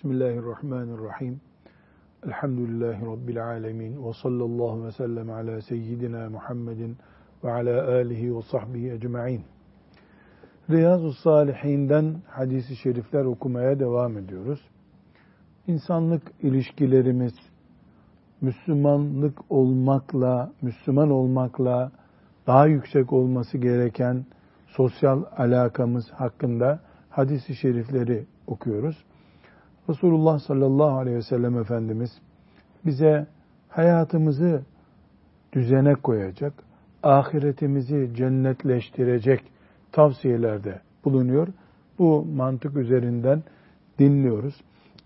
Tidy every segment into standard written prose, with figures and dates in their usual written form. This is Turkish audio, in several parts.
Bismillahirrahmanirrahim. Elhamdülillahi Rabbil alemin. Ve sallallahu ve sellem ala seyyidina Muhammedin ve ala alihi ve sahbihi ecma'in. Riyazu's-Salihinden hadis-i şerifler okumaya devam ediyoruz. İnsanlık ilişkilerimiz, Müslüman olmakla daha yüksek olması gereken sosyal alakamız hakkında hadis-i şerifleri okuyoruz. Resulullah sallallahu aleyhi ve sellem Efendimiz bize hayatımızı düzene koyacak, ahiretimizi cennetleştirecek tavsiyelerde bulunuyor. Bu mantık üzerinden dinliyoruz.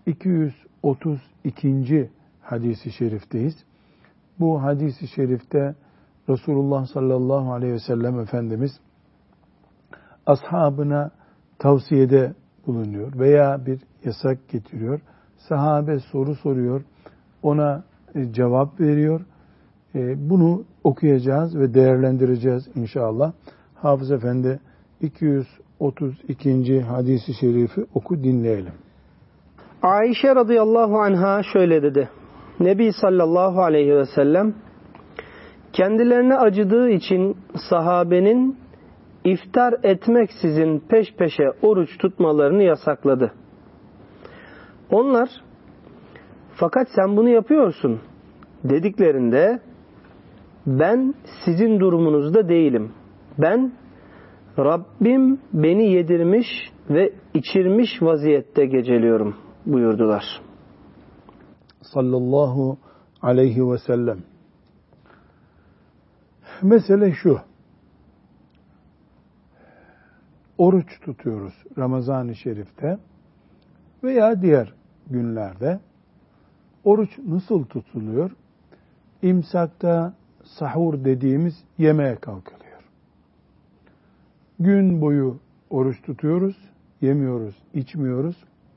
232. hadis-i şerifteyiz. Bu hadis-i şerifte Resulullah sallallahu aleyhi ve sellem Efendimiz ashabına tavsiyede bulunuyor veya bir yasak getiriyor. Sahabe soru soruyor, ona cevap veriyor. Bunu okuyacağız ve değerlendireceğiz inşallah. Hafız Efendi 232. hadis-i şerifi oku, dinleyelim. Ayşe radıyallahu anha şöyle dedi. Nebi sallallahu aleyhi ve sellem kendilerine acıdığı için sahabenin iftar etmeksizin peş peşe oruç tutmalarını yasakladı. Onlar, fakat sen bunu yapıyorsun dediklerinde, ben sizin durumunuzda değilim. Ben Rabbim beni yedirmiş ve içirmiş vaziyette geceliyorum buyurdular. Sallallahu aleyhi ve sellem. Mesele şu. Oruç tutuyoruz Ramazan-ı Şerif'te veya diğer günlerde. Oruç nasıl tutuluyor? İmsakta sahur dediğimiz yemeğe kalkılıyor. Gün boyu oruç tutuyoruz, yemiyoruz, içmiyoruz.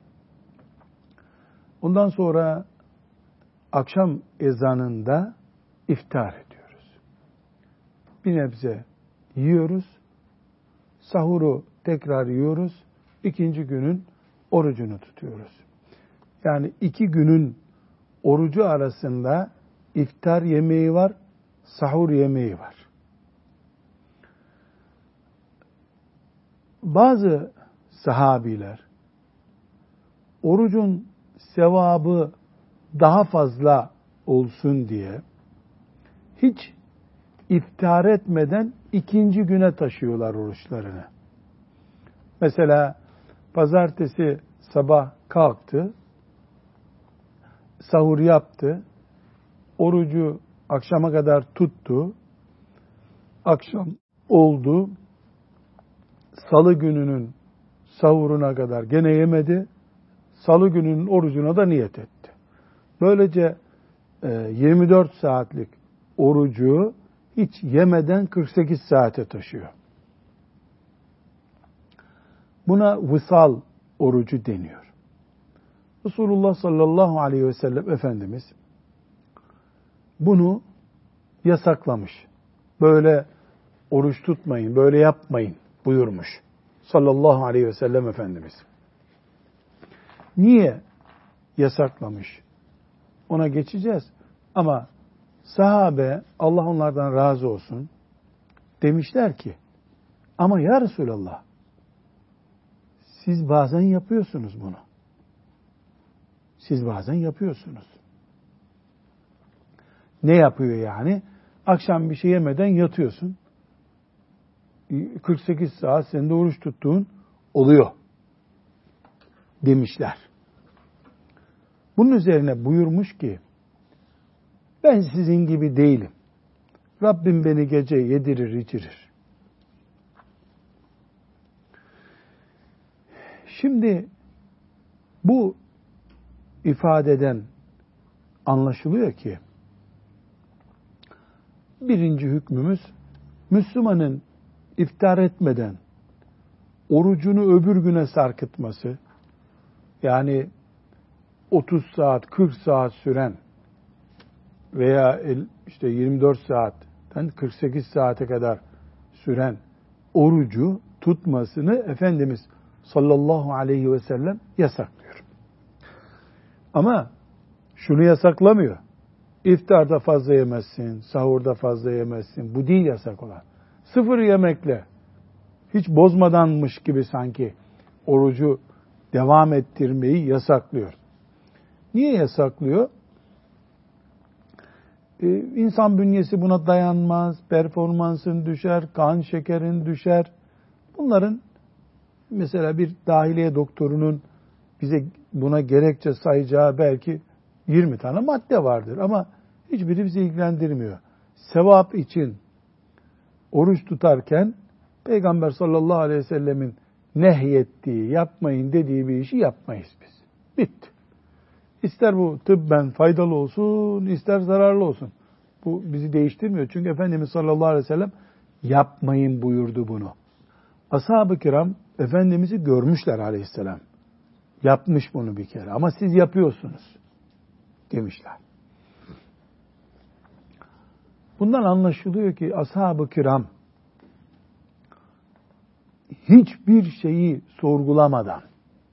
Ondan sonra akşam ezanında iftar ediyoruz. Bir nebze yiyoruz, sahuru tekrar yiyoruz, ikinci günün orucunu tutuyoruz. Yani 2 günün orucu arasında iftar yemeği var, sahur yemeği var. Bazı sahabiler orucun sevabı daha fazla olsun diye hiç iftar etmeden ikinci güne taşıyorlar oruçlarını. Mesela pazartesi sabah kalktı, sahur yaptı, orucu akşama kadar tuttu, akşam oldu, salı gününün sahuruna kadar gene yemedi, salı gününün orucuna da niyet etti. Böylece 24 saatlik orucu hiç yemeden 48 saate taşıyor. Buna vısal orucu deniyor. Resulullah sallallahu aleyhi ve sellem Efendimiz bunu yasaklamış. Böyle oruç tutmayın, böyle yapmayın buyurmuş. Sallallahu aleyhi ve sellem Efendimiz. Niye yasaklamış? Ona geçeceğiz. Ama sahabe, Allah onlardan razı olsun, demişler ki, ama ya Resulallah, siz bazen yapıyorsunuz bunu. Siz bazen yapıyorsunuz. Ne yapıyor yani? Akşam bir şey yemeden yatıyorsun. 48 saat senin de oruç tuttuğun oluyor demişler. Bunun üzerine buyurmuş ki, ben sizin gibi değilim. Rabbim beni gece yedirir, içirir. Şimdi bu ifadeden anlaşılıyor ki, birinci hükmümüz, Müslümanın iftar etmeden orucunu öbür güne sarkıtması, yani 30 saat, 40 saat süren veya 24 saatten 48 saate kadar süren orucu tutmasını Efendimiz sallallahu aleyhi ve sellem yasaklıyor. Ama şunu yasaklamıyor. İftarda fazla yemezsin, sahurda fazla yemezsin. Bu değil yasak olan. Sıfır yemekle, hiç bozmadanmış gibi sanki orucu devam ettirmeyi yasaklıyor. Niye yasaklıyor? İnsan bünyesi buna dayanmaz, performansın düşer, kan şekerin düşer. Bunların mesela bir dahiliye doktorunun bize buna gerekçe sayacağı belki 20 tane madde vardır ama hiçbiri bizi ilgilendirmiyor. Sevap için oruç tutarken Peygamber sallallahu aleyhi ve sellemin nehyettiği, yapmayın dediği bir işi yapmayız biz. Bitti. İster bu tıbben faydalı olsun, ister zararlı olsun. Bu bizi değiştirmiyor. Çünkü Efendimiz sallallahu aleyhi ve sellem yapmayın buyurdu bunu. Ashab-ı kiram Efendimiz'i görmüşler aleyhisselam. Yapmış bunu bir kere ama siz yapıyorsunuz demişler. Bundan anlaşılıyor ki ashab-ı kiram hiçbir şeyi sorgulamadan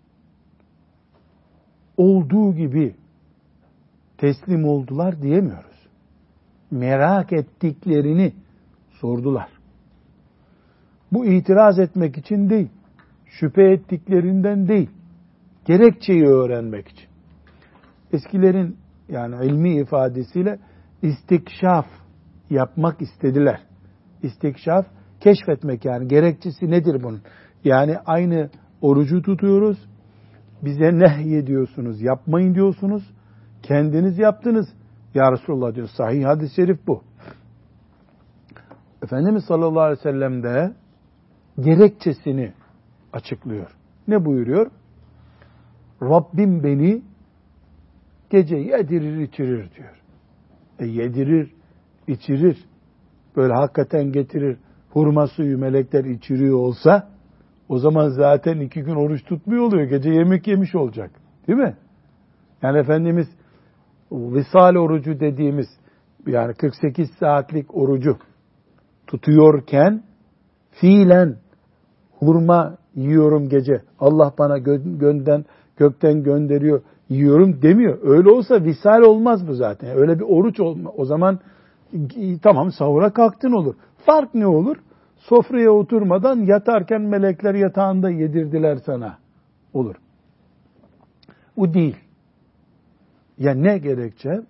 olduğu gibi teslim oldular diyemiyoruz. Merak ettiklerini sordular. Bu itiraz etmek için değil, şüphe ettiklerinden değil, gerekçeyi öğrenmek için. Eskilerin yani ilmi ifadesiyle istikşaf yapmak istediler. İstikşaf, keşfetmek yani. Gerekçesi nedir bunun? Yani aynı orucu tutuyoruz, bize nehyediyorsunuz, yapmayın diyorsunuz, kendiniz yaptınız. Ya Resulullah diyor, sahih hadis-i şerif bu. Efendimiz sallallahu aleyhi ve sellem de gerekçesini açıklıyor. Ne buyuruyor? Rabbim beni gece yedirir içirir diyor. Yedirir, içirir, böyle hakikaten getirir, hurma suyu melekler içiriyor olsa, o zaman zaten 2 gün oruç tutmuyor oluyor. Gece yemek yemiş olacak. Değil mi? Yani Efendimiz visal orucu dediğimiz yani 48 saatlik orucu tutuyorken fiilen hurma yiyorum gece. Allah bana gökten gönderiyor, yiyorum demiyor. Öyle olsa visal olmaz bu zaten. Öyle bir oruç olma. O zaman tamam sahura kalktın olur. Fark ne olur? Sofraya oturmadan yatarken melekler yatağında yedirdiler sana. Olur. O değil. Ya ne gerekçe?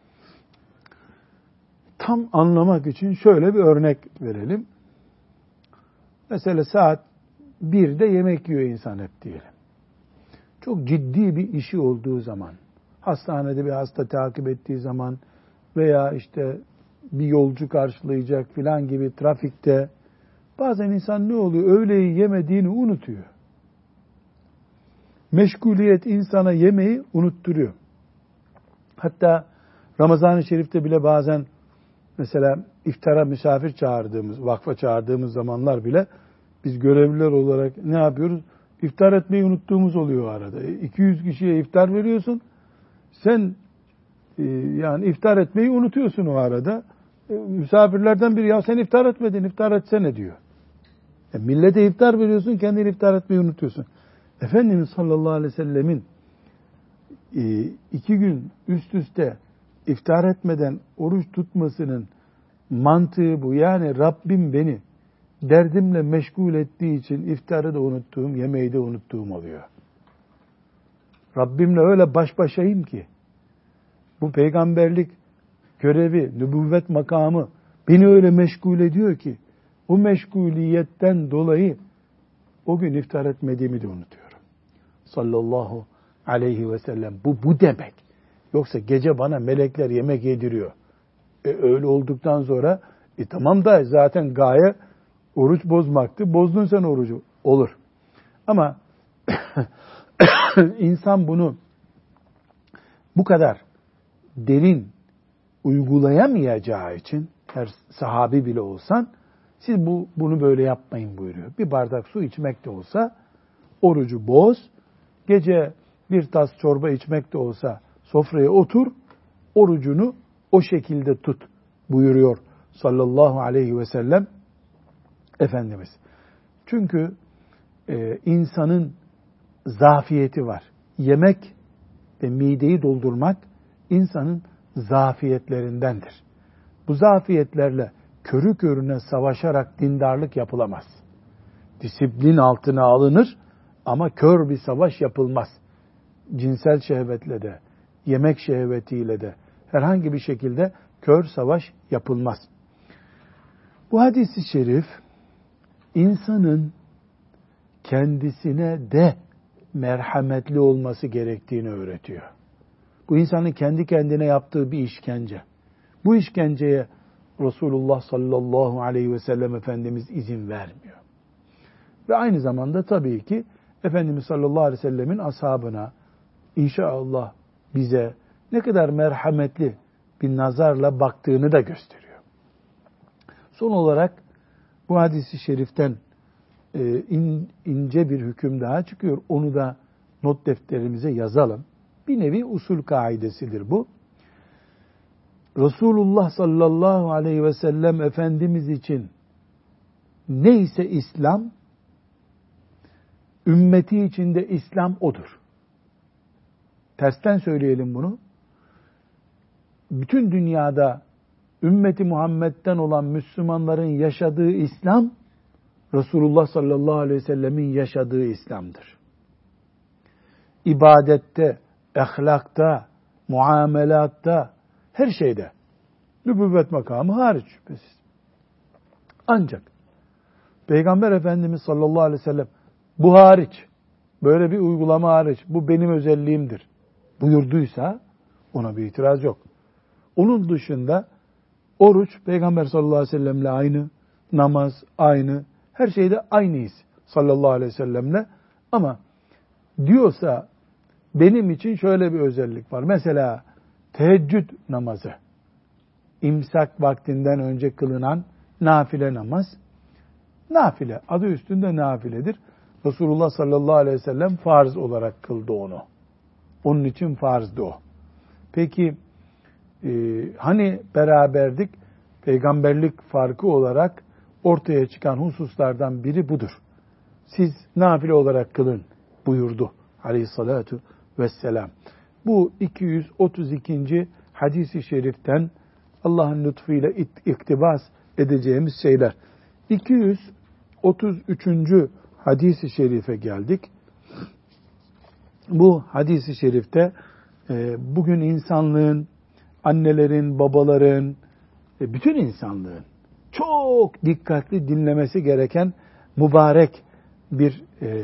Tam anlamak için şöyle bir örnek verelim. Mesela saat 1'de yemek yiyor insan hep diyelim. Çok ciddi bir işi olduğu zaman, hastanede bir hasta takip ettiği zaman veya işte bir yolcu karşılayacak filan gibi trafikte bazen insan ne oluyor? Öğleyi yemediğini unutuyor. Meşguliyet insana yemeği unutturuyor. Hatta Ramazan-ı Şerif'te bile bazen mesela iftara misafir çağırdığımız, vakfa çağırdığımız zamanlar bile biz görevliler olarak ne yapıyoruz? İftar etmeyi unuttuğumuz oluyor arada. 200 kişiye iftar veriyorsun. Sen yani iftar etmeyi unutuyorsun o arada. Misafirlerden biri ya sen iftar etmedin, iftar etsene diyor. Millete iftar veriyorsun, kendini iftar etmeyi unutuyorsun. Efendimiz sallallahu aleyhi ve sellemin 2 gün üst üste iftar etmeden oruç tutmasının mantığı bu. Yani Rabbim beni derdimle meşgul ettiği için iftarı da unuttuğum, yemeği de unuttuğum oluyor. Rabbimle öyle baş başayım ki bu peygamberlik görevi, nübüvvet makamı beni öyle meşgul ediyor ki o meşguliyetten dolayı o gün iftar etmediğimi de unutuyorum. Sallallahu aleyhi ve sellem. Bu demek. Yoksa gece bana melekler yemek yediriyor. Öyle olduktan sonra tamam da zaten gaye oruç bozmaktı. Bozdun sen orucu. Olur. Ama insan bunu bu kadar derin uygulayamayacağı için her sahabi bile olsan siz bunu böyle yapmayın buyuruyor. Bir bardak su içmek de olsa orucu boz. Gece bir tas çorba içmek de olsa sofraya otur. Orucunu o şekilde tut buyuruyor sallallahu aleyhi ve sellem Efendimiz. Çünkü insanın zafiyeti var. Yemek ve mideyi doldurmak insanın zafiyetlerindendir. Bu zafiyetlerle körü körüne savaşarak dindarlık yapılamaz. Disiplin altına alınır ama kör bir savaş yapılmaz. Cinsel şehvetle de, yemek şehvetiyle de herhangi bir şekilde kör savaş yapılmaz. Bu hadis-i şerif insanın kendisine de merhametli olması gerektiğini öğretiyor. Bu insanın kendi kendine yaptığı bir işkence. Bu işkenceye Resulullah sallallahu aleyhi ve sellem Efendimiz izin vermiyor. Ve aynı zamanda tabii ki Efendimiz sallallahu aleyhi ve sellemin ashabına, inşallah bize ne kadar merhametli bir nazarla baktığını da gösteriyor. Son olarak bu hadis-i şeriften ince bir hüküm daha çıkıyor. Onu da not defterimize yazalım. Bir nevi usul kaidesidir bu. Resulullah sallallahu aleyhi ve sellem Efendimiz için neyse İslam, ümmeti içinde İslam odur. Tersten söyleyelim bunu. Bütün dünyada ümmeti Muhammed'den olan Müslümanların yaşadığı İslam, Resulullah sallallahu aleyhi ve sellemin yaşadığı İslam'dır. İbadette, ahlakta, muamelatta, her şeyde. Nübüvvet makamı hariç şüphesiz. Ancak Peygamber Efendimiz sallallahu aleyhi ve sellem bu hariç, böyle bir uygulama hariç, bu benim özelliğimdir buyurduysa ona bir itiraz yok. Onun dışında oruç Peygamber sallallahu aleyhi ve sellemle aynı, namaz aynı, her şeyde aynıyız sallallahu aleyhi ve sellemle. Ama diyorsa benim için şöyle bir özellik var. Mesela teheccüd namazı, imsak vaktinden önce kılınan nafile namaz, nafile, adı üstünde nafiledir. Resulullah sallallahu aleyhi ve sellem farz olarak kıldı onu. Onun için farzdı o. Peki hani beraberdik, peygamberlik farkı olarak ortaya çıkan hususlardan biri budur. Siz nafile olarak kılın buyurdu aleyhissalatu vesselam. Bu 232. hadis-i şeriften Allah'ın lütfuyla iktibas edeceğimiz şeyler. 233. hadis-i şerife geldik. Bu hadis-i şerifte bugün insanlığın, annelerin, babaların, bütün insanlığın çok dikkatli dinlemesi gereken mübarek bir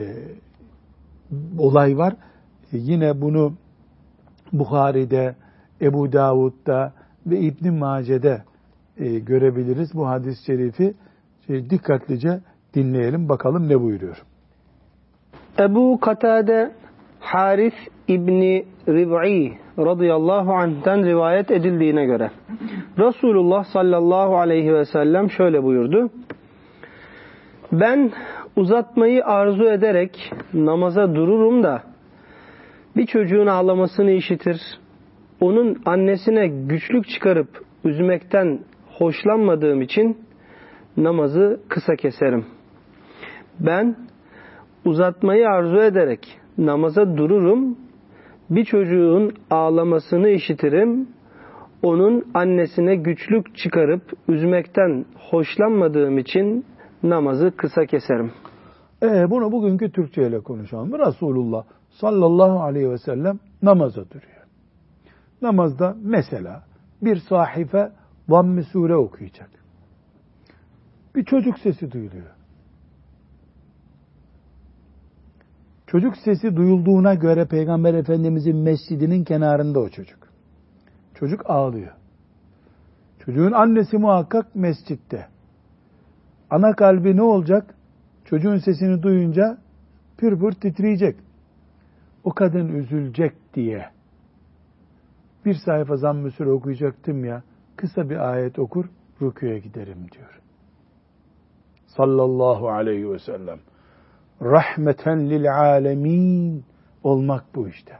olay var. Yine bunu Buhari'de, Ebu Davud'da ve İbn-i Mace'de görebiliriz. Bu hadis-i şerifi dikkatlice dinleyelim. Bakalım ne buyuruyor. Ebu Katade Haris İbni Rib'i radıyallahu anh'ten rivayet edildiğine göre Resulullah sallallahu aleyhi ve sellem şöyle buyurdu. Ben uzatmayı arzu ederek namaza dururum da bir çocuğun ağlamasını işitir, onun annesine güçlük çıkarıp üzmekten hoşlanmadığım için namazı kısa keserim. Ben uzatmayı arzu ederek namaza dururum, bir çocuğun ağlamasını işitirim, onun annesine güçlük çıkarıp üzmekten hoşlanmadığım için namazı kısa keserim. Bunu bugünkü Türkçe ile konuşalım. Resulullah sallallahu aleyhi ve sellem namaza duruyor. Namazda mesela bir sahife Zamm-ı Sure okuyacak. Bir çocuk sesi duyuluyor. Çocuk sesi duyulduğuna göre Peygamber Efendimizin mescidinin kenarında o çocuk. Çocuk ağlıyor. Çocuğun annesi muhakkak mescitte. Ana kalbi ne olacak? Çocuğun sesini duyunca pür pür titreyecek. O kadın üzülecek diye. Bir sayfa Zamm-ı Sure okuyacaktım ya, kısa bir ayet okur, rükûya giderim diyor. Sallallahu aleyhi ve sellem. Rahmeten lil alemin olmak bu işte.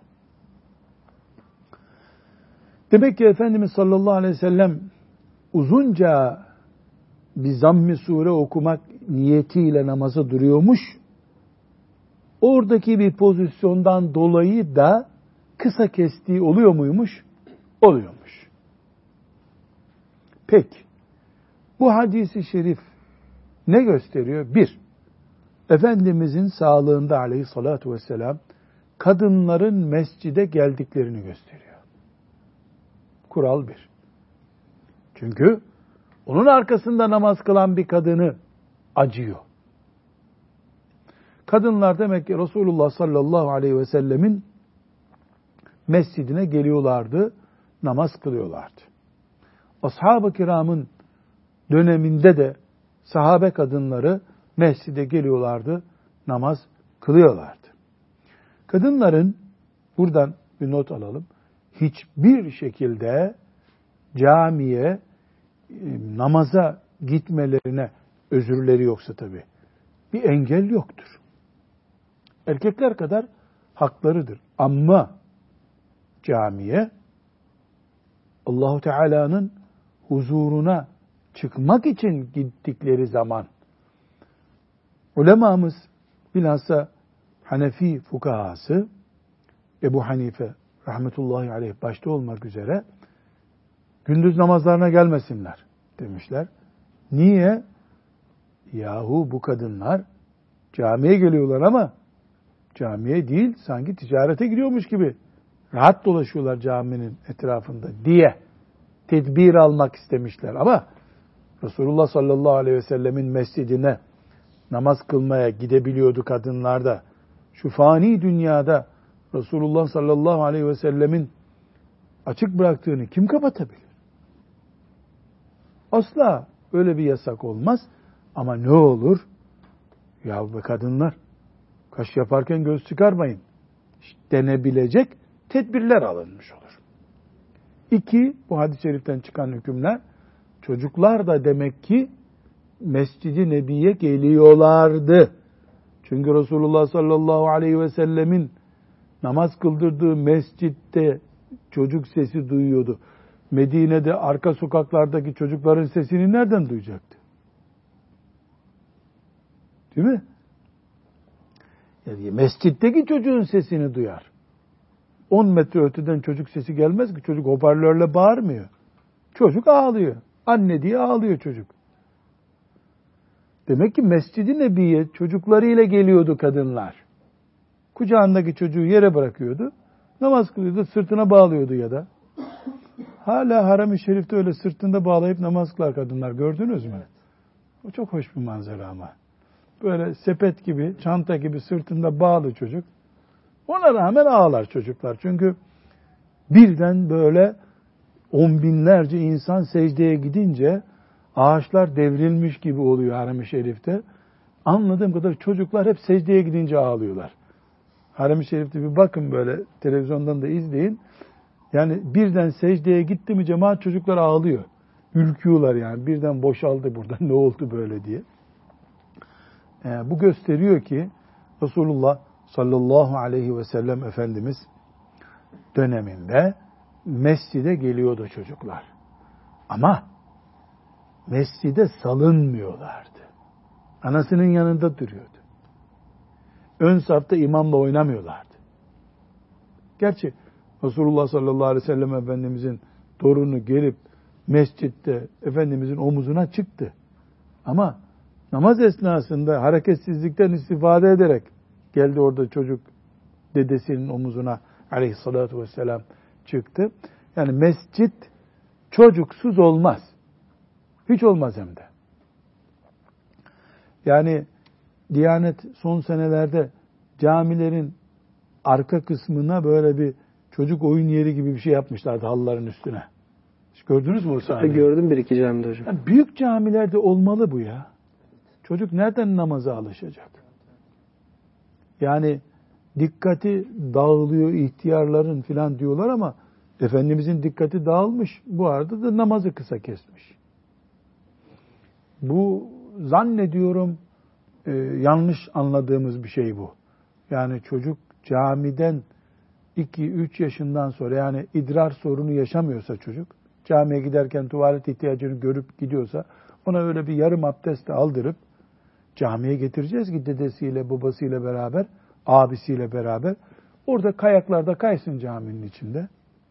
Demek ki Efendimiz sallallahu aleyhi ve sellem uzunca bir Zamm-ı Sure okumak niyetiyle namaza duruyormuş. Oradaki bir pozisyondan dolayı da kısa kestiği oluyor muymuş? Oluyormuş. Peki, bu hadisi şerif ne gösteriyor? Bir, Efendimizin sağlığında aleyhissalatu vesselam kadınların mescide geldiklerini gösteriyor. Kural bir. Çünkü onun arkasında namaz kılan bir kadını acıyor. Kadınlar demek ki Resulullah sallallahu aleyhi ve sellemin mescidine geliyorlardı, namaz kılıyorlardı. Ashab-ı kiramın döneminde de sahabe kadınları mescide geliyorlardı, namaz kılıyorlardı. Kadınların, buradan bir not alalım, hiçbir şekilde camiye, namaza gitmelerine, özürleri yoksa tabii, bir engel yoktur. Erkekler kadar haklarıdır. Ama camiye, Allahu Teala'nın huzuruna çıkmak için gittikleri zaman, ulemamız, bilhassa Hanefi fukahası, Ebu Hanife rahmetullahi aleyh başta olmak üzere, gündüz namazlarına gelmesinler demişler. Niye? Yahu bu kadınlar camiye geliyorlar ama camiye değil, sanki ticarete gidiyormuş gibi rahat dolaşıyorlar caminin etrafında diye tedbir almak istemişler. Ama Resulullah sallallahu aleyhi ve sellemin mescidine namaz kılmaya gidebiliyordu kadınlar da. Şu fani dünyada Resulullah sallallahu aleyhi ve sellemin açık bıraktığını kim kapatabilir? Asla öyle bir yasak olmaz. Ama ne olur? Ya bu kadınlar, kaş yaparken göz çıkarmayın denebilecek tedbirler alınmış olur. 2, bu hadis-i şeriften çıkan hükümler, çocuklar da demek ki Mescid-i Nebi'ye geliyorlardı. Çünkü Resulullah sallallahu aleyhi ve sellemin namaz kıldırdığı mescitte çocuk sesi duyuyordu. Medine'de arka sokaklardaki çocukların sesini nereden duyacaktı? Değil mi? Yani mescitteki çocuğun sesini duyar. 10 metre öteden çocuk sesi gelmez ki. Çocuk hoparlörle bağırmıyor. Çocuk ağlıyor. Anne diye ağlıyor çocuk. Demek ki Mescid-i Nebi'ye çocuklarıyla geliyordu kadınlar. Kucağındaki çocuğu yere bırakıyordu. Namaz kılıyordu, sırtına bağlıyordu ya da. Hala Haram-ı Şerif'te öyle sırtında bağlayıp namaz kılar kadınlar. Gördünüz mü? O çok hoş bir manzara ama. Böyle sepet gibi, çanta gibi sırtında bağlı çocuk. Ona rağmen ağlar çocuklar. Çünkü birden böyle 10 binlerce insan secdeye gidince ağaçlar devrilmiş gibi oluyor Haram-ı Şerif'te. Anladığım kadar çocuklar hep secdeye gidince ağlıyorlar. Haram-ı Şerif'te bir bakın, böyle televizyondan da izleyin. Yani birden secdeye gitti mi cemaat, çocuklar ağlıyor. Ürküyorlar yani. Birden boşaldı burada, ne oldu böyle diye. Bu gösteriyor ki Resulullah sallallahu aleyhi ve sellem Efendimiz döneminde mescide geliyordu çocuklar. Ama mescide salınmıyorlardı. Anasının yanında duruyordu. Ön safta imamla oynamıyorlardı. Gerçi Resulullah sallallahu aleyhi ve sellem Efendimizin torunu gelip mescitte Efendimizin omuzuna çıktı. Ama namaz esnasında hareketsizlikten istifade ederek geldi, orada çocuk dedesinin omuzuna aleyhissalatu vesselam çıktı. Yani mescit çocuksuz olmaz. Hiç olmaz hem de. Yani Diyanet son senelerde camilerin arka kısmına böyle bir çocuk oyun yeri gibi bir şey yapmışlardı halıların üstüne. Hiç gördünüz mü o sahneyi? Gördüm bir iki camide hocam. Yani büyük camilerde olmalı bu ya. Çocuk nereden namaza alışacak? Yani dikkati dağılıyor ihtiyarların filan diyorlar ama Efendimizin dikkati dağılmış. Bu arada da namazı kısa kesmiş. Bu zannediyorum yanlış anladığımız bir şey bu. Yani çocuk camiden 2-3 yaşından sonra, yani idrar sorunu yaşamıyorsa çocuk, camiye giderken tuvalet ihtiyacını görüp gidiyorsa, ona öyle bir yarım abdest aldırıp camiye getireceğiz ki dedesiyle, babasıyla beraber, abisiyle beraber. Orada kayaklarda kaysın caminin içinde.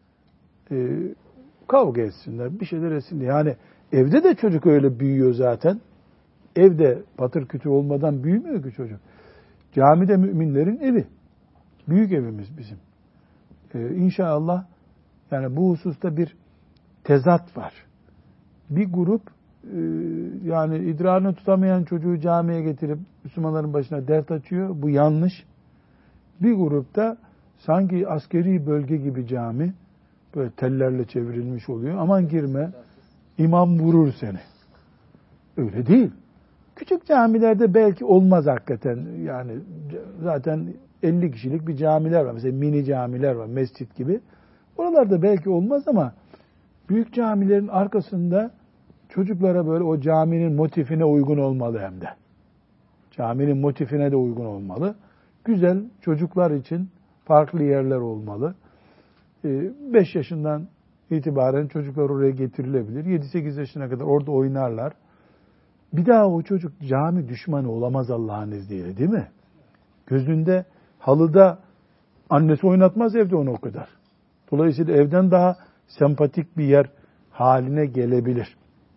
Kavga etsinler, bir şeyler etsinler. Yani evde de çocuk öyle büyüyor zaten. Evde patır kütür olmadan büyümüyor ki çocuk. Camide müminlerin evi. Büyük evimiz bizim. İnşallah yani bu hususta bir tezat var. Bir grup yani idrarını tutamayan çocuğu camiye getirip Müslümanların başına dert açıyor. Bu yanlış. Bir grupta sanki askeri bölge gibi cami böyle tellerle çevrilmiş oluyor. Aman girme, imam vurur seni. Öyle değil. Küçük camilerde belki olmaz hakikaten. Yani zaten 50 kişilik bir camiler var. Mesela mini camiler var, mescit gibi. Oralarda belki olmaz ama büyük camilerin arkasında çocuklara böyle o caminin motifine uygun olmalı hem de. Caminin motifine de uygun olmalı. Güzel çocuklar için farklı yerler olmalı. 5 yaşından itibaren çocuklar oraya getirilebilir. 7-8 yaşına kadar orada oynarlar. Bir daha o çocuk cami düşmanı olamaz Allah'ın izniyle, değil mi? Gözünde halıda annesi oynatmaz evde onu o kadar. Dolayısıyla evden daha sempatik bir yer haline gelebilir.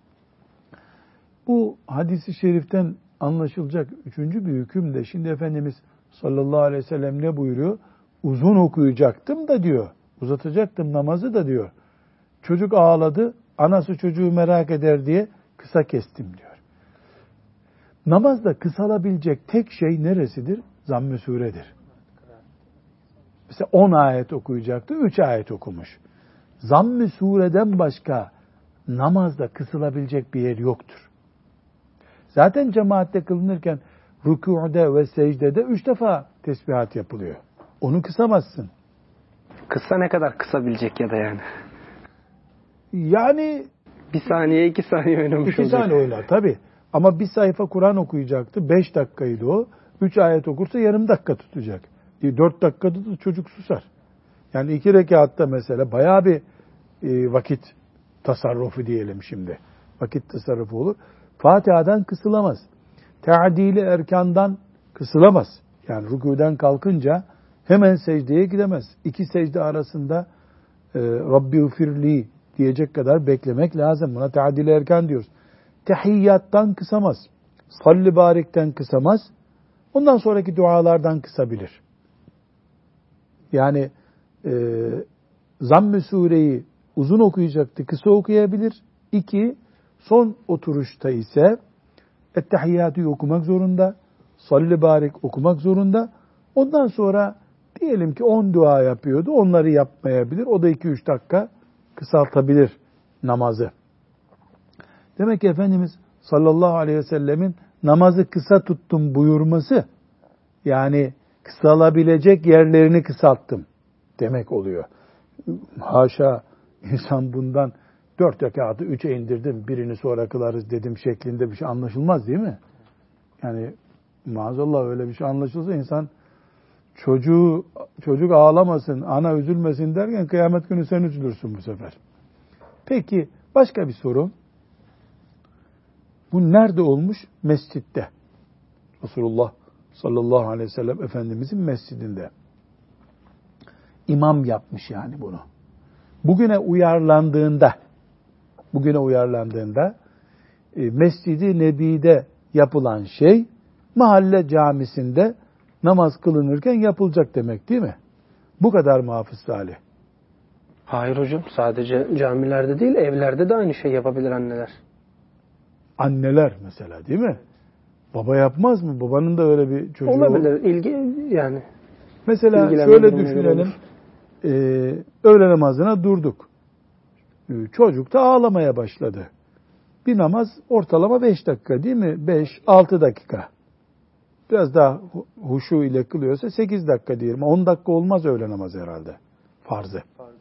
Bu hadis-i şeriften anlaşılacak üçüncü bir hüküm de şimdi Efendimiz sallallahu aleyhi ve sellem ne buyuruyor? Uzun okuyacaktım da diyor. Uzatacaktım namazı da diyor. Çocuk ağladı, anası çocuğu merak eder diye kısa kestim diyor. Namazda kısalabilecek tek şey neresidir? Zamm-ı suredir. Mesela 10 ayet okuyacaktı, 3 ayet okumuş. Zamm-ı sureden başka namazda kısılabilecek bir yer yoktur. Zaten cemaatte kılınırken rükûde ve secdede 3 defa tesbihat yapılıyor. Onu kısamazsın. Kısa ne kadar kısabilecek ya da yani? Yani 1 saniye 2 saniye oynamış 2 olacak. saniye oynar tabii. Ama bir sayfa Kur'an okuyacaktı. 5 dakikaydı o. 3 ayet okursa yarım dakika tutacak. 4 dakikada da çocuk susar. Yani 2 rekatta mesela bayağı bir vakit tasarrufu diyelim şimdi. Vakit tasarrufu olur. Fatiha'dan kısılamaz. Te'dili erkandan kısılamaz. Yani rükûden kalkınca hemen secdeye gidemez. 2 secde arasında Rabbi ufirli diyecek kadar beklemek lazım. Buna te'dili erkan diyoruz. Tehiyyattan kısamaz. Salli barikten kısamaz. Ondan sonraki dualardan kısabilir. Yani Zamm-ı sureyi uzun okuyacaktı, kısa okuyabilir. 2, son oturuşta ise ettehiyyatı okumak zorunda. Salli barik okumak zorunda. Ondan sonra diyelim ki 10 dua yapıyordu. Onları yapmayabilir. O da 2-3 dakika kısaltabilir namazı. Demek ki Efendimiz sallallahu aleyhi ve sellemin namazı kısa tuttum buyurması, yani kısalabilecek yerlerini kısalttım demek oluyor. Haşa insan bundan 4 rekatı 3'e indirdim, birini sonra kılarız dedim şeklinde bir şey anlaşılmaz değil mi? Yani maazallah öyle bir şey anlaşılsa insan çocuk ağlamasın, ana üzülmesin derken kıyamet günü sen üzülürsün bu sefer. Peki başka bir soru. Bu nerede olmuş? Mescitte. Resulullah sallallahu aleyhi ve sellem Efendimizin mescidinde. İmam yapmış yani bunu. Bugüne uyarlandığında Mescid-i Nebi'de yapılan şey mahalle camisinde namaz kılınırken yapılacak demek değil mi? Bu kadar mı Hafız Salih? Hayır hocam. Sadece camilerde değil, evlerde de aynı şey yapabilir anneler. Anneler mesela değil mi? Baba yapmaz mı? Babanın da öyle bir çocuğu olabilir. Yani. Mesela şöyle düşünelim. Öğle namazına durduk. Çocuk da ağlamaya başladı. Bir namaz ortalama 5 dakika değil mi? 5-6 dakika. Biraz daha huşu ile kılıyorsa 8 dakika diyelim. 10 dakika olmaz öğle namazı herhalde. Farzı.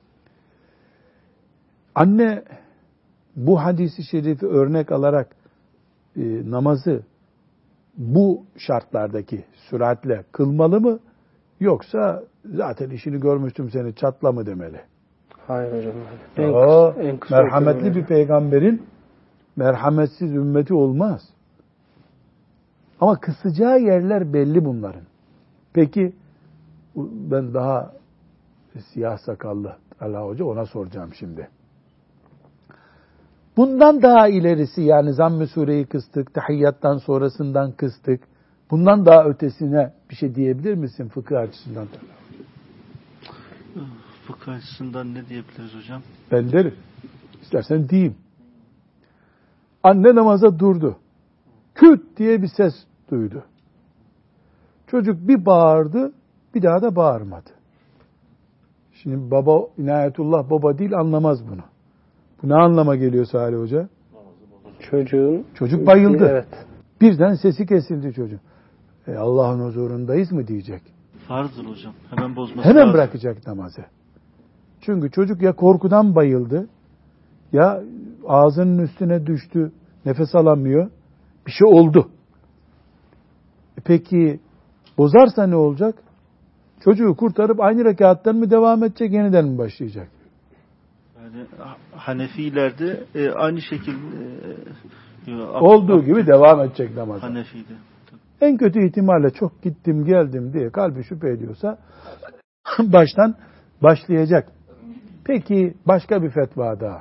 Anne bu hadisi şerifi örnek alarak namazı bu şartlardaki süratle kılmalı mı? Yoksa zaten işini görmüştüm seni çatla mı demeli? Hayır hocam. En kısa merhametli bir peygamberin merhametsiz ümmeti olmaz. Ama kısacağı yerler belli bunların. Peki Ben daha siyah sakallı Allah Hoca, ona soracağım şimdi. Bundan daha ilerisi, yani Zamm-ı Sure'yi kıstık, tahiyyattan sonrasından kıstık. Bundan daha ötesine bir şey diyebilir misin fıkıh açısından? Fıkıh açısından ne diyebiliriz hocam? Ben derim. İstersen diyeyim. Anne namaza durdu. Küt diye bir ses duydu. Çocuk bir bağırdı, bir daha da bağırmadı. Şimdi baba, inayetullah baba değil, anlamaz bunu. Bu ne anlama geliyor Salih Hoca? Çocuk bayıldı. Evet. Birden sesi kesildi çocuğun. Allah'ın huzurundayız mı diyecek. Farzdır hocam. Hemen bozması Hemen lazım. bırakacak namazı. Çünkü çocuk ya korkudan bayıldı, ya ağzının üstüne düştü, nefes alamıyor. Bir şey oldu. Peki bozarsa ne olacak? Çocuğu kurtarıp aynı rekattan mı devam edecek, yeniden mi başlayacak? Yani Hanefilerde aynı şekilde olduğu gibi devam edecek namaza. Hanefi'de. En kötü ihtimalle çok gittim geldim diye kalbi şüphe ediyorsa baştan başlayacak. Peki başka bir fetva daha.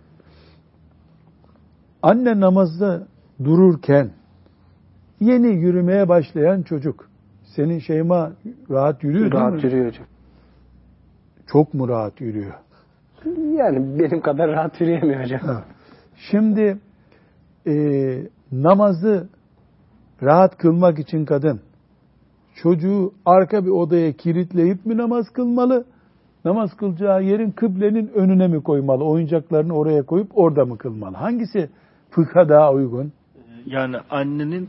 Anne namazda dururken yeni yürümeye başlayan çocuk, senin Şeyma rahat yürüyor değil mi? Rahat yürüyor hocam. Çok mu rahat yürüyor? Yani benim kadar rahat yürüyemiyor hocam. Ha. Şimdi namazı rahat kılmak için kadın çocuğu arka bir odaya kilitleyip mi namaz kılmalı? Namaz kılacağı yerin kıblenin önüne mi koymalı? Oyuncaklarını oraya koyup orada mı kılmalı? Hangisi fıkha daha uygun? Yani annenin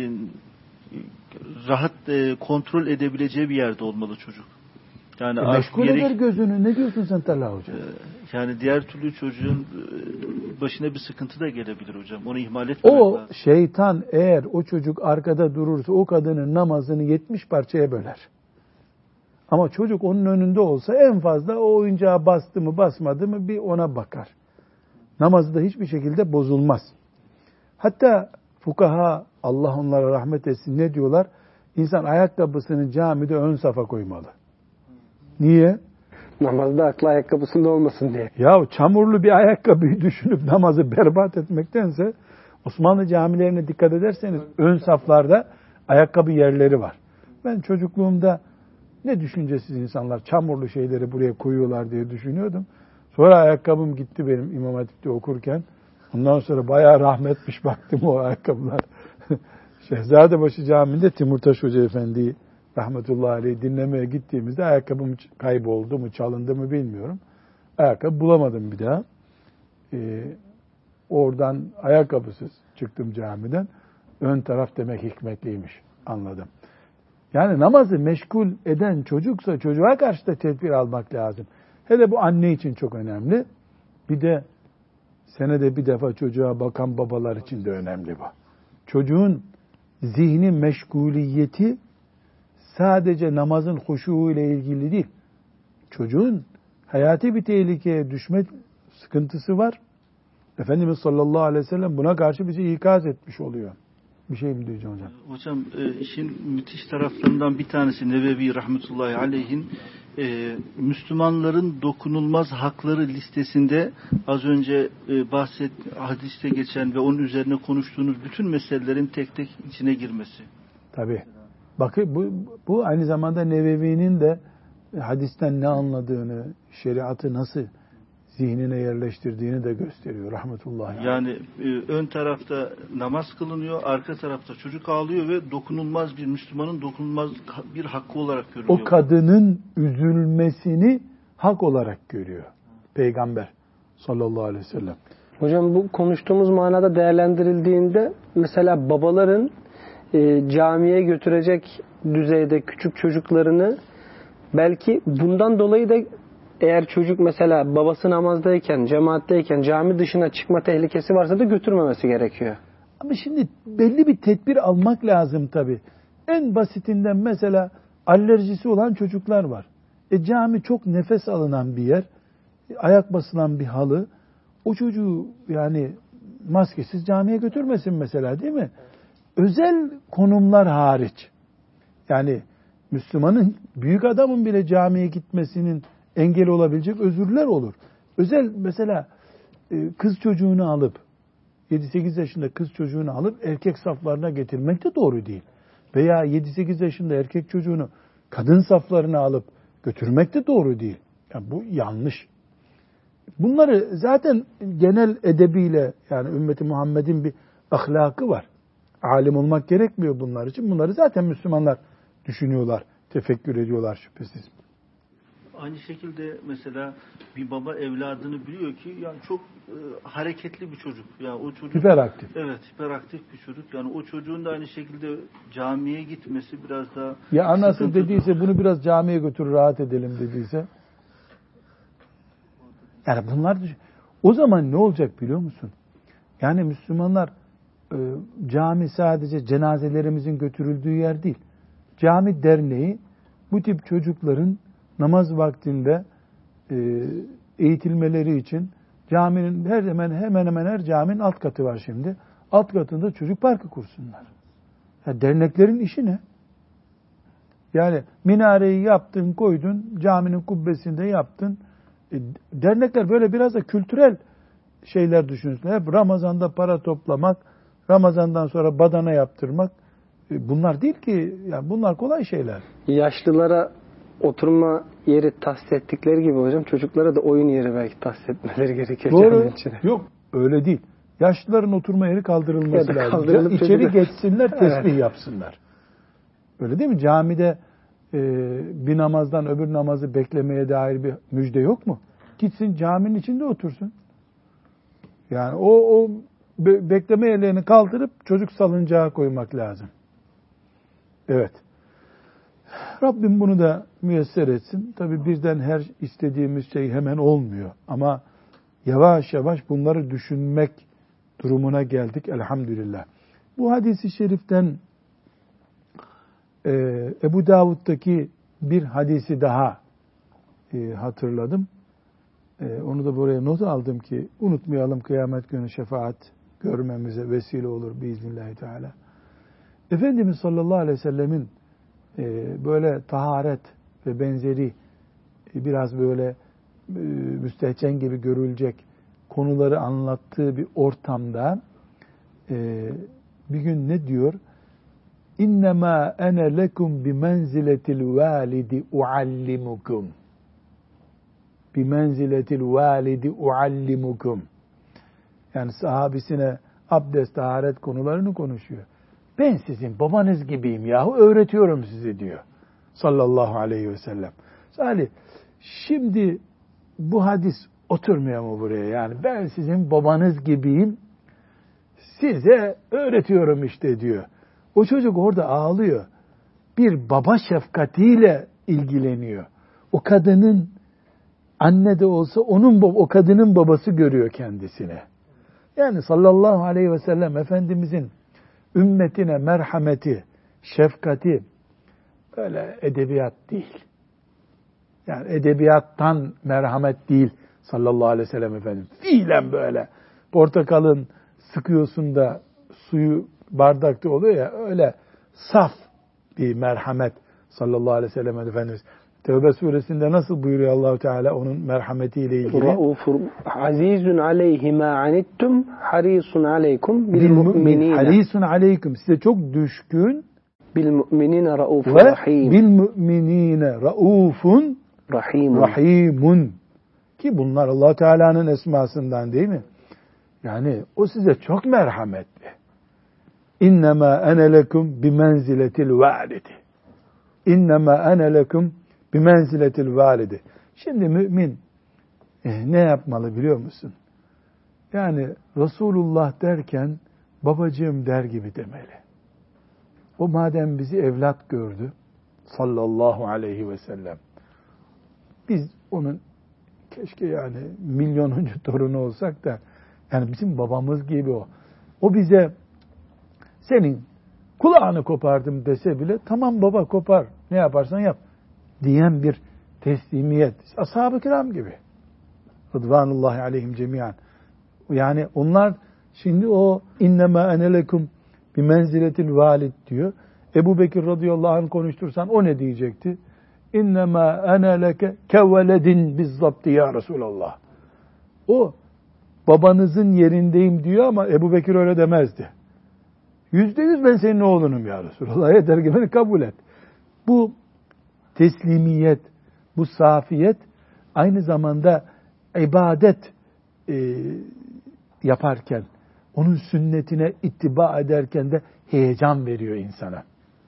rahat kontrol edebileceği bir yerde olmalı çocuk. Yani Meşgul eder gözünü. Ne diyorsun sen Talha Hoca? Yani diğer türlü çocuğun başına bir sıkıntı da gelebilir hocam. Onu ihmal etmemek O lazım. şeytan eğer o çocuk arkada durursa o kadının namazını 70 parçaya böler. Ama çocuk onun önünde olsa en fazla o oyuncağa bastı mı basmadı mı bir ona bakar. Namazı da hiçbir şekilde bozulmaz. Hatta fukaha, Allah onlara rahmet etsin, ne diyorlar? İnsan ayakkabısını camide ön safa koymalı. Niye? Namazda aklı ayakkabısında olmasın diye. Ya çamurlu bir ayakkabıyı düşünüp namazı berbat etmektense Osmanlı camilerine dikkat ederseniz ön saflarda ayakkabı yerleri var. Ben çocukluğumda ne düşüncesiz insanlar çamurlu şeyleri buraya koyuyorlar diye düşünüyordum. Sonra ayakkabım gitti benim İmam Hatip'te okurken. Ondan sonra bayağı rahmetmiş baktım o ayakkabılar. Şehzadebaşı Camii'nde Timurtaş Hoca Efendi'yi rahmetullahi aleyh dinlemeye gittiğimizde ayakkabım kayboldu mu, çalındı mı bilmiyorum. Ayakkabı bulamadım bir daha. Oradan ayakkabısız çıktım camiden. Ön taraf demek hikmetliymiş, anladım. Yani namazı meşgul eden çocuksa çocuğa karşı da tedbir almak lazım. Hele bu anne için çok önemli. Bir de senede bir defa çocuğa bakan babalar için de önemli bu. Çocuğun zihni meşguliyeti sadece namazın huşuğu ile ilgili değil. Çocuğun hayati bir tehlikeye düşme sıkıntısı var. Efendimiz sallallahu aleyhi ve sellem buna karşı bizi ikaz etmiş oluyor. Bir şey mi diyeceğim hocam? Hocam işin müthiş taraflarından bir tanesi Nevevi rahmetullahi aleyhin Müslümanların dokunulmaz hakları listesinde az önce hadiste geçen ve onun üzerine konuştuğunuz bütün meselelerin tek tek içine girmesi. Tabii. Bakın bu aynı zamanda Nevevi'nin de hadisten ne anladığını, şeriatı nasıl zihnine yerleştirdiğini de gösteriyor rahmetullahi. Yani ön tarafta namaz kılınıyor, arka tarafta çocuk ağlıyor ve dokunulmaz bir Müslümanın dokunulmaz bir hakkı olarak görülüyor. O kadının üzülmesini hak olarak görüyor Peygamber sallallahu aleyhi ve sellem. Hocam bu konuştuğumuz manada değerlendirildiğinde mesela babaların camiye götürecek düzeyde küçük çocuklarını belki bundan dolayı da eğer çocuk mesela babası namazdayken, cemaatteyken cami dışına çıkma tehlikesi varsa da götürmemesi gerekiyor. Ama şimdi belli bir tedbir almak lazım tabii. En basitinden mesela alerjisi olan çocuklar var. Cami çok nefes alınan bir yer. Ayak basılan bir halı. O çocuğu yani maskesiz camiye götürmesin mesela, değil mi? Özel konumlar hariç. Yani Müslümanın, büyük adamın bile camiye gitmesinin engeli olabilecek özürler olur. Özel mesela kız çocuğunu alıp 7-8 yaşında kız çocuğunu alıp erkek saflarına getirmek de doğru değil. Veya 7-8 yaşında erkek çocuğunu kadın saflarına alıp götürmek de doğru değil. Yani bu yanlış. Bunları zaten genel edebiyle, yani ümmeti Muhammed'in bir ahlakı var. Alim olmak gerekmiyor bunlar için. Bunları zaten Müslümanlar düşünüyorlar, tefekkür ediyorlar şüphesiz. Aynı şekilde mesela bir baba evladını biliyor ki yani çok hareketli bir çocuk. Yani o çocuk Hiperaktif. Evet, hiperaktif bir çocuk. Yani o çocuğun da aynı şekilde camiye gitmesi biraz daha ya anası sıkıntılı. dediyse bunu biraz camiye götür rahat edelim dediyse. Yani bunlar o zaman ne olacak biliyor musun? Yani Müslümanlar cami sadece cenazelerimizin götürüldüğü yer değil. Cami derneği bu tip çocukların namaz vaktinde eğitilmeleri için caminin hemen hemen her caminin alt katı var şimdi. Alt katında çocuk parkı kursunlar. Ya derneklerin işi ne? Yani minareyi yaptın, koydun, caminin kubbesinde yaptın. Dernekler böyle biraz da kültürel şeyler düşünsün. Hep Ramazan'da para toplamak, Ramazan'dan sonra badana yaptırmak. Bunlar değil ki. Yani bunlar kolay şeyler. Yaşlılara oturma yeri tahsis ettikleri gibi hocam çocuklara da oyun yeri belki tahsis etmeleri gerekiyor. Doğru. Yok öyle değil. Yaşlıların oturma yeri kaldırılması lazım. İçeri geçsinler, tesbih yapsınlar. Öyle değil mi? Camide bir namazdan öbür namazı beklemeye dair bir müjde yok mu? Gitsin caminin içinde otursun. Yani o bekleme yerlerini kaldırıp çocuk salıncağa koymak lazım. Evet. Rabbim bunu da müyesser etsin. Tabii birden her istediğimiz şey hemen olmuyor. Ama yavaş yavaş bunları düşünmek durumuna geldik elhamdülillah. Bu hadisi şeriften Ebu Davud'daki bir hadisi daha hatırladım. Onu da buraya not aldım ki unutmayalım, kıyamet günü şefaat görmemize vesile olur biiznillahü teala. Efendimiz sallallahu aleyhi ve sellemin böyle taharet ve benzeri biraz böyle müstehcen gibi görülecek konuları anlattığı bir ortamda bir gün ne diyor? İnnemâ ene lekum bimenziletil validi uallimukum. Bimenziletil validi uallimukum. Yani sahabisine abdest, taharet konularını konuşuyor. Ben sizin babanız gibiyim yahu, öğretiyorum size diyor. Sallallahu aleyhi ve sellem. Salih, şimdi bu hadis oturmuyor mu buraya? Yani ben sizin babanız gibiyim, size öğretiyorum işte diyor. O çocuk orada ağlıyor. Bir baba şefkatiyle ilgileniyor. O kadının anne de olsa o kadının babası görüyor kendisine. Yani sallallahu aleyhi ve sellem Efendimizin ümmetine merhameti, şefkati öyle edebiyat değil. Yani edebiyattan merhamet değil sallallahu aleyhi ve sellem Efendimiz. Fiilen böyle portakalın sıkıyorsun da suyu bardakta oluyor ya, öyle saf bir merhamet sallallahu aleyhi ve sellem Efendimiz. Tevbe suresinde nasıl buyuruyor Allah-u Teala onun merhametiyle ilgili? Raufur azizun aleyhi ma anittum harisun aleykum bil mu'minine. Harisun aleykum, size çok düşkün. Bil mu'minine raufur ve rahim. Bil mu'minine raufun rahimun. Ki bunlar Allah Teala'nın esmasından değil mi? Yani o size çok merhametli. İnnemâ ene lekum bimenziletil validi. İnnemâ ene lekum bimenziletil validi. Şimdi mümin ne yapmalı biliyor musun? Yani Resulullah derken babacığım der gibi demeli. O madem bizi evlat gördü sallallahu aleyhi ve sellem, biz onun keşke yani milyonuncu torunu olsak da yani bizim babamız gibi o. O bize senin kulağını kopardım dese bile tamam baba kopar, ne yaparsan yap diyen bir teslimiyet. Ashab-ı kiram gibi. Rıdvanullahi aleyhim cemiyan. Yani onlar şimdi o innema ene lekum bi menziletil valid diyor. Ebu Bekir radıyallahu anh konuştursan o ne diyecekti? İnnemâ ene leke keveledin bizzabti ya Resulallah. O babanızın yerindeyim diyor ama Ebu Bekir öyle demezdi. %100 ben senin oğlunum ya Resulallah. Yeter ki beni kabul et. Bu teslimiyet, bu safiyet aynı zamanda ibadet yaparken, onun sünnetine ittiba ederken de heyecan veriyor insana.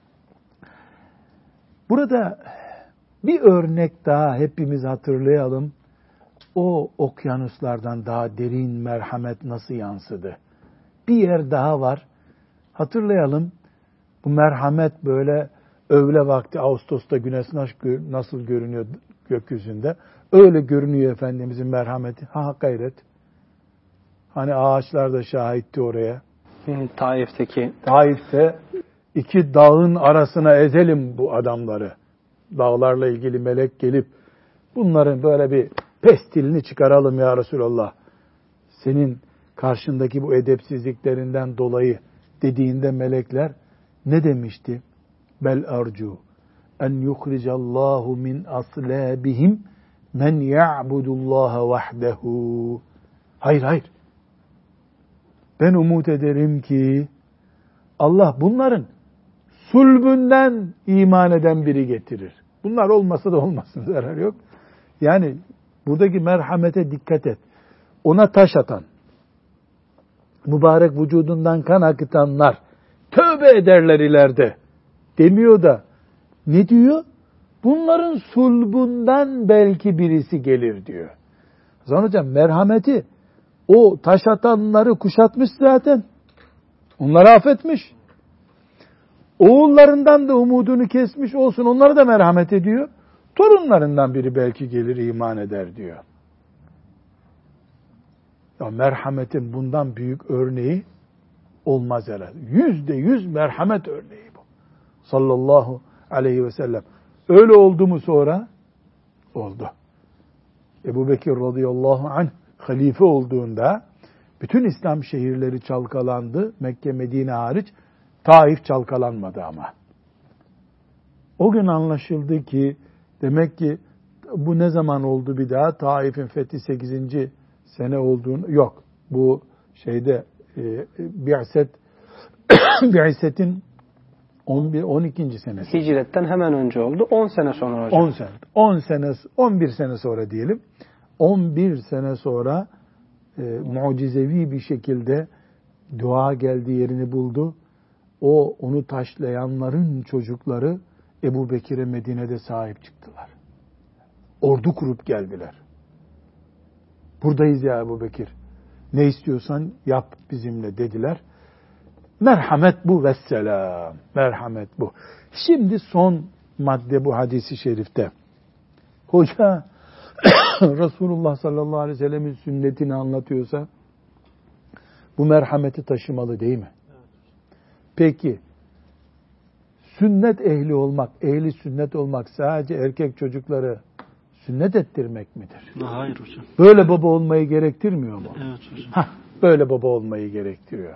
Burada bir örnek daha hepimiz hatırlayalım. O okyanuslardan daha derin merhamet nasıl yansıdı? Bir yer daha var. Hatırlayalım. Bu merhamet böyle öğle vakti Ağustos'ta güneş nasıl görünüyor gökyüzünde? Öyle görünüyor Efendimizin merhameti. Ha gayret. Hani ağaçlar da şahitti oraya. Taif'te iki dağın arasına ezelim bu adamları. Dağlarla ilgili melek gelip bunların böyle bir pestilini çıkaralım ya Resulallah. Senin karşındaki bu edepsizliklerinden dolayı dediğinde melekler ne demişti? Bel arcu en yuhricallahu min aslabihim men ya'budullaha vahdehu. Hayır. Ben umut ederim ki Allah bunların sulbünden iman eden biri getirir. Bunlar olmasa da olmasın, zarar yok. Yani buradaki merhamete dikkat et. Ona taş atan, mübarek vücudundan kan akıtanlar tövbe ederler ileride demiyor da ne diyor? Bunların sulbundan belki birisi gelir diyor. Zaman hocam merhameti o taş atanları kuşatmış zaten. Onları affetmiş. Oğullarından da umudunu kesmiş olsun. Onlara da merhamet ediyor. Torunlarından biri belki gelir iman eder diyor. Ya merhametin bundan büyük örneği olmaz herhalde. %100 merhamet örneği bu. Sallallahu aleyhi ve sellem. Öyle oldu mu sonra? Oldu. Ebu Bekir radıyallahu anh halife olduğunda bütün İslam şehirleri çalkalandı. Mekke, Medine hariç. Taif çalkalanmadı ama. O gün anlaşıldı ki demek ki bu ne zaman oldu bir daha? Taif'in fethi 8. sene olduğunu yok. Bu şeyde Bi'set'in 12. senesi. Hicretten hemen önce oldu. 10 sene sonra hocam. 11 sene sonra diyelim. 11 sene sonra mucizevi bir şekilde dua geldi, yerini buldu. Onu taşlayanların çocukları Ebu Bekir'e Medine'de sahip çıktılar. Ordu kurup geldiler. Buradayız ya Ebu Bekir. Ne istiyorsan yap bizimle dediler. Merhamet bu vesselam. Merhamet bu. Şimdi son madde bu hadisi şerifte. Hoca Resulullah sallallahu aleyhi ve sellemin sünnetini anlatıyorsa bu merhameti taşımalı değil mi? Peki sünnet ehli olmak, ehli sünnet olmak sadece erkek çocukları sünnet ettirmek midir? Hayır hocam. Böyle baba olmayı gerektirmiyor mu? Evet hocam. Böyle baba olmayı gerektiriyor.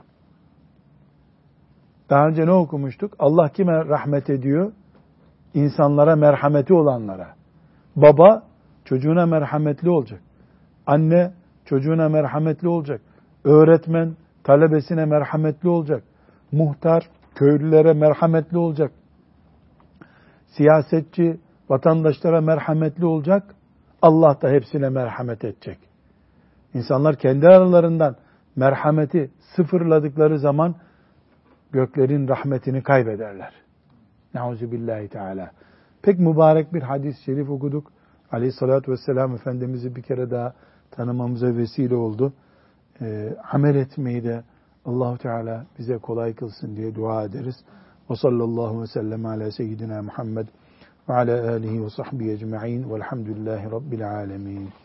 Daha önce ne okumuştuk? Allah kime rahmet ediyor? İnsanlara merhameti olanlara. Baba çocuğuna merhametli olacak. Anne çocuğuna merhametli olacak. Öğretmen talebesine merhametli olacak. Muhtar köylülere merhametli olacak. Siyasetçi vatandaşlara merhametli olacak. Allah da hepsine merhamet edecek. İnsanlar kendi aralarından merhameti sıfırladıkları zaman göklerin rahmetini kaybederler. Nauzubillahi Teala. Pek mübarek bir hadis-i şerif okuduk. Aleyhissalatü vesselam Efendimiz'i bir kere daha tanımamıza vesile oldu. Amel etmeyi de Allah-u Teala bize kolay kılsın diye dua ederiz. Ve sallallahu ve sellem ala seyyidina Muhammed ve ala alihi ve sahbihi ecma'in velhamdülillahi rabbil alemin.